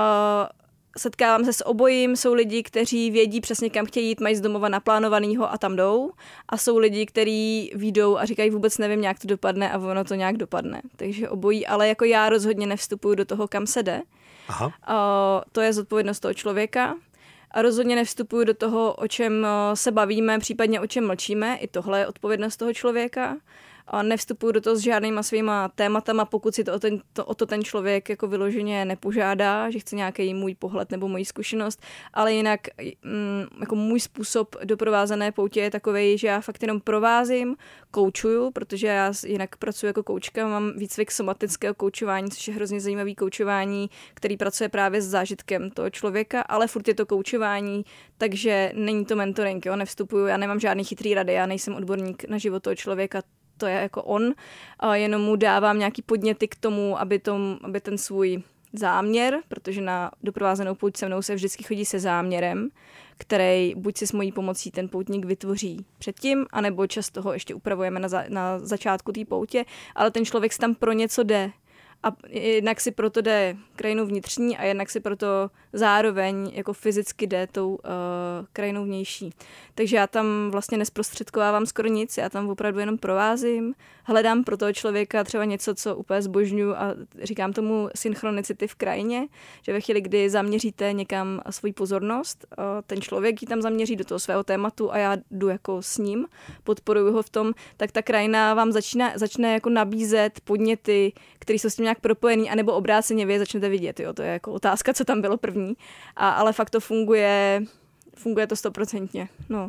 setkávám se s obojím, jsou lidi, kteří vědí přesně kam chtějí jít, mají z domova naplánovanýho a tam jdou. A jsou lidi, kteří výjdou a říkají vůbec nevím, jak to dopadne a ono to nějak dopadne. Takže obojí, ale jako já rozhodně nevstupuju do toho, kam se jde. Aha. Uh, to je zodpovědnost toho člověka. A rozhodně nevstupuju do toho, o čem se bavíme, případně o čem mlčíme. I tohle je odpovědnost toho člověka. A nevstupuju do toho s žádnýma svýma tématama, pokud si to o, ten, to o to ten člověk jako vyloženě nepožádá, že chce nějaký můj pohled nebo moji zkušenost, ale jinak mm, jako můj způsob doprovázené poutě je takovej, že já fakt jenom provázím, koučuju, protože já jinak pracuji jako koučka, mám výcvik somatického koučování, což je hrozně zajímavý koučování, který pracuje právě s zážitkem toho člověka, ale furt je to koučování, takže není to mentoring, jo, nevstupuju, já nemám žádný chytrý rady, já nejsem odborník na život toho člověka, to je jako on, a jenom mu dávám nějaký podněty k tomu, aby, tom, aby ten svůj záměr, protože na doprovázenou pouť se mnou se vždycky chodí se záměrem, který buď si s mojí pomocí ten poutník vytvoří předtím, anebo často ho ještě upravujeme na, za, na začátku té poutě, ale ten člověk si tam pro něco jde. A jednak si proto jde krajinou vnitřní a jednak si proto zároveň jako fyzicky jde tou uh, krajinou vnější. Takže já tam vlastně nesprostředkovávám skoro nic, já tam opravdu jenom provázím, hledám pro toho člověka třeba něco, co úplně zbožňuju a říkám tomu synchronicity v krajině, že ve chvíli, kdy zaměříte někam svou pozornost, uh, ten člověk ji tam zaměří do toho svého tématu a já jdu jako s ním, podporuju ho v tom, tak ta krajina vám začíná, začne jako nabízet podněty, které jsou s tím nějak propojený, anebo obráceně vy začnete vidět, jo, to je jako otázka, co tam bylo první, a, ale fakt to funguje, funguje to stoprocentně, no.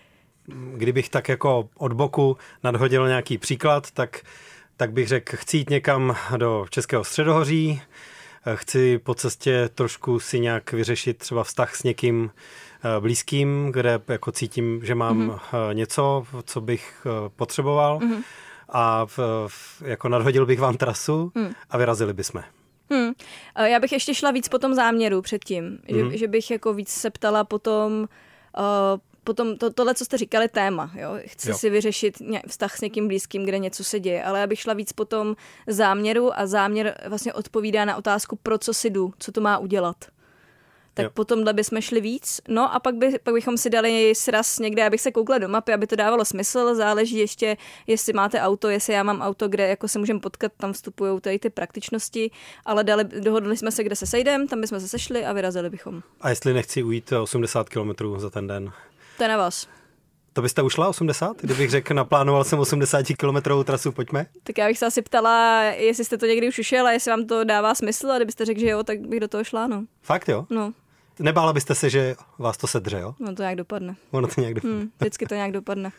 Kdybych tak jako od boku nadhodil nějaký příklad, tak, tak bych řekl, chci jít někam do Českého středohoří, chci po cestě trošku si nějak vyřešit třeba vztah s někým blízkým, kde jako cítím, že mám mm-hmm. něco, co bych potřeboval. Mm-hmm. A v, v, jako nadhodil bych vám trasu hmm. a vyrazili bychom. Hmm. Já bych ještě šla víc po tom záměru předtím, hmm. že, že bych jako víc se ptala potom, uh, potom to, tohle, co jste říkali, téma. Jo? Chci jo. si vyřešit ně, vztah s někým blízkým, kde něco se děje, ale já bych šla víc po tom záměru a záměr vlastně odpovídá na otázku, pro co si jdu, co to má udělat. Tak jo. potom bychom šli víc. No a pak, by, pak bychom si dali sraz někde, abych se koukla do mapy, aby to dávalo smysl. Záleží ještě, jestli máte auto, jestli já mám auto, kde jako se můžeme potkat, tam vstupují tady ty praktičnosti, ale dali, dohodli jsme se, kde se sejdeme, tam bychom se sešli a vyrazili bychom. A jestli nechci ujít osmdesát kilometrů za ten den? To je na vás. To byste ušla osmdesát? Kdybych řekl, naplánoval jsem osmdesát kilometrovou trasu, pojďme? Tak já bych se asi ptala, jestli jste to někdy už ušel a jestli vám to dává smysl, a kdybyste řekl, že jo, tak bych do toho šla, no. Fakt jo? No. Nebála byste se, že vás to sedře, jo? No to nějak dopadne. Ono to nějak dopadne. Hmm, vždycky to nějak dopadne.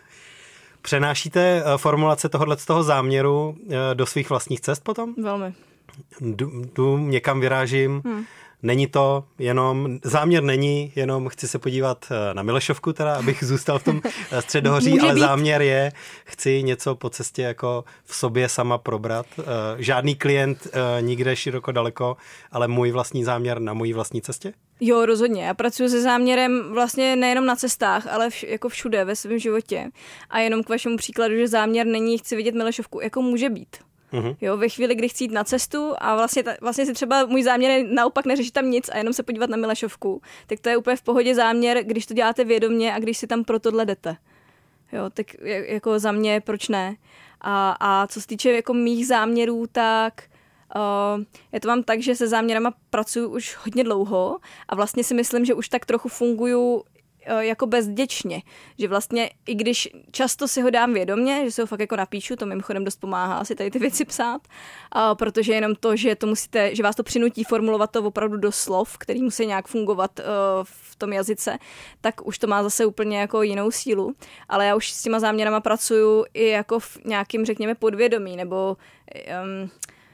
Přenášíte formulace tohohle z toho záměru do svých vlastních cest potom? Velmi. Jdu, jdu někam vyrážím, hmm. Není to jenom, záměr není, jenom chci se podívat na Milešovku, teda, abych zůstal v tom středohoří, ale být. Záměr je, chci něco po cestě jako v sobě sama probrat. Žádný klient nikde široko daleko, ale můj vlastní záměr na mojí vlastní cestě? Jo, rozhodně. Já pracuji se záměrem vlastně nejenom na cestách, ale vš- jako všude ve svém životě. A jenom k vašemu příkladu, že záměr není, chci vidět Milešovku, jako může být. Uhum. Jo, ve chvíli, kdy chci jít na cestu a vlastně, ta, vlastně si třeba můj záměr je naopak neřešit tam nic a jenom se podívat na Milešovku, tak to je úplně v pohodě záměr, když to děláte vědomě a když si tam pro tohle jdete. Jo, tak jako za mě, proč ne? A, a co se týče jako mých záměrů, tak uh, je to mám tak, že se záměrama pracuji už hodně dlouho a vlastně si myslím, že už tak trochu funguju jako bezděčně, že vlastně i když často si ho dám vědomě, že si ho fakt jako napíšu, to mimochodem dost pomáhá si tady ty věci psát, a protože jenom to, že to musíte, že vás to přinutí formulovat to opravdu do slov, který musí nějak fungovat uh, v tom jazyce, tak už to má zase úplně jako jinou sílu, ale já už s těma záměrama pracuju i jako v nějakým, řekněme, podvědomí, nebo um,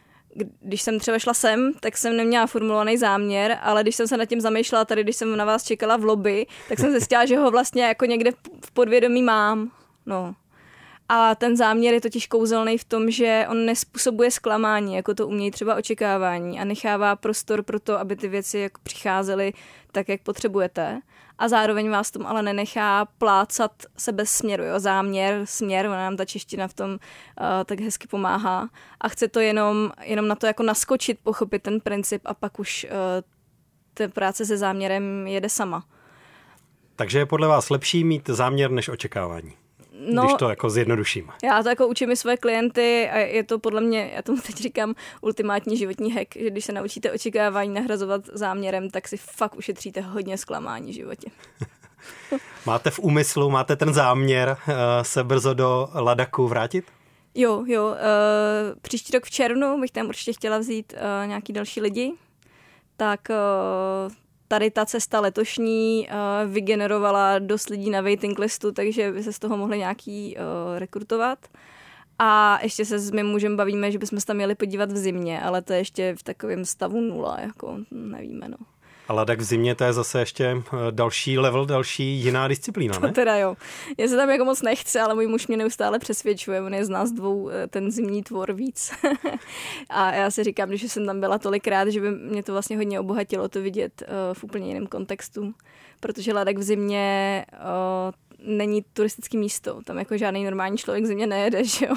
když jsem třeba šla sem, tak jsem neměla formulovaný záměr, ale když jsem se nad tím zamýšlela tady, když jsem na vás čekala v lobby, tak jsem zjistila, že ho vlastně jako někde v podvědomí mám. No. A ten záměr je totiž kouzelný v tom, že on nespůsobuje zklamání, jako to umějí třeba očekávání a nechává prostor pro to, aby ty věci jako přicházely tak, jak potřebujete. A zároveň vás tom ale nenechá plácat se bez směru. Jo? Záměr, směr, ona nám ta čeština v tom uh, tak hezky pomáhá. A chce to jenom, jenom na to jako naskočit, pochopit ten princip a pak už uh, ta práce se záměrem jede sama. Takže je podle vás lepší mít záměr než očekávání? No, když to jako zjednoduším. Já to jako učím i své klienty a je to podle mě, já tomu teď říkám, ultimátní životní hack, že když se naučíte očekávání nahrazovat záměrem, tak si fakt ušetříte hodně zklamání v životě. Máte v úmyslu, máte ten záměr uh, se brzo do Ladaku vrátit? Jo, jo. Uh, příští rok v červnu bych tam určitě chtěla vzít uh, nějaký další lidi. Tak uh, tady ta cesta letošní uh, vygenerovala dost lidí na waiting listu, takže by se z toho mohli nějaký uh, rekrutovat. A ještě se s mým mužem bavíme, že bychom se tam měli podívat v zimě, ale to je ještě v takovém stavu nula, jako nevíme, no. A Ladak v zimě, to je zase ještě další level, další jiná disciplína, ne? To teda jo. Já se tam jako moc nechci, ale můj muž mě neustále přesvědčuje, on je z nás dvou ten zimní tvor víc. A já si říkám, že jsem tam byla tolikrát, že by mě to vlastně hodně obohatilo to vidět uh, v úplně jiném kontextu, protože Ladak v zimě uh, není turistický místo, tam jako žádný normální člověk v zimě nejede, že jo.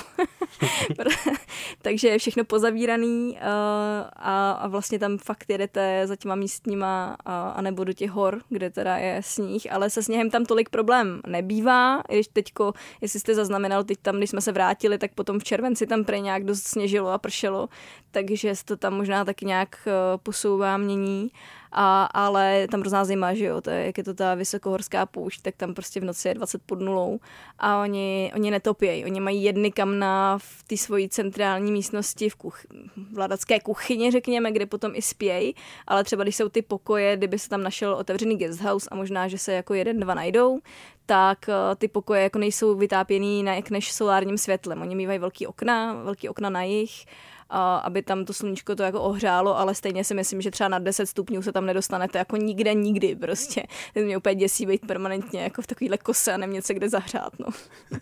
Takže je všechno pozavíraný uh, a, a vlastně tam fakt jedete za těma místníma a, a nebo do těch hor, kde teda je sníh, ale se sněhem tam tolik problém nebývá, když teďko, jestli jste zaznamenal, teď tam, když jsme se vrátili, tak potom v červenci tam prej nějak dost sněžilo a pršelo, takže se to tam možná taky nějak uh, posouvá, mění. A, ale tam hrozná zima, že jo, to je, jak je to ta vysokohorská poušť, tak tam prostě v noci je dvacet pod nulou a oni, oni netopějí, oni mají jedny kamna v té svojí centrální místnosti v, kuch, v ladacké kuchyni, řekněme, kde potom i spějí, ale třeba když jsou ty pokoje, kdyby se tam našel otevřený guest house a možná, že se jako jeden, dva najdou, tak uh, ty pokoje jako nejsou vytápěný na jak než solárním světlem, oni mývají velký okna, velký okna na jih, a aby tam to sluníčko to jako ohřálo, ale stejně si myslím, že třeba na deset stupňů se tam nedostanete jako nikde, nikdy prostě. To mě úplně děsí být permanentně jako v takovýhle kose a nemět se kde zahřát, no.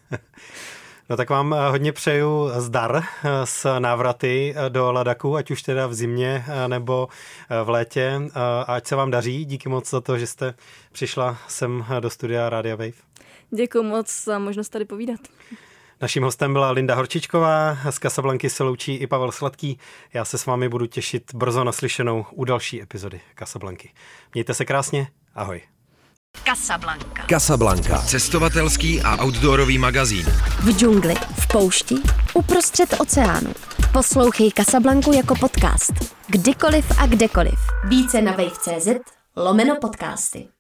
No tak vám hodně přeju zdar s návraty do Ladaku, ať už teda v zimě nebo v létě. Ať se vám daří. Díky moc za to, že jste přišla sem do studia Rádia Wave. Děkuji moc za možnost tady povídat. Naším hostem byla Linda Horčičková, z Casablanky se loučí i Pavel Sladký. Já se s vámi budu těšit brzo naslyšenou u další epizody Casablanky. Mějte se krásně, ahoj. Casablanca. Casablanca. Cestovatelský a outdoorový magazín. V džungli, v poušti, uprostřed oceánu. Poslouchej Casablanku jako podcast. Kdykoliv a kdekoliv. Více na wave tečka cé zet lomeno podcasty.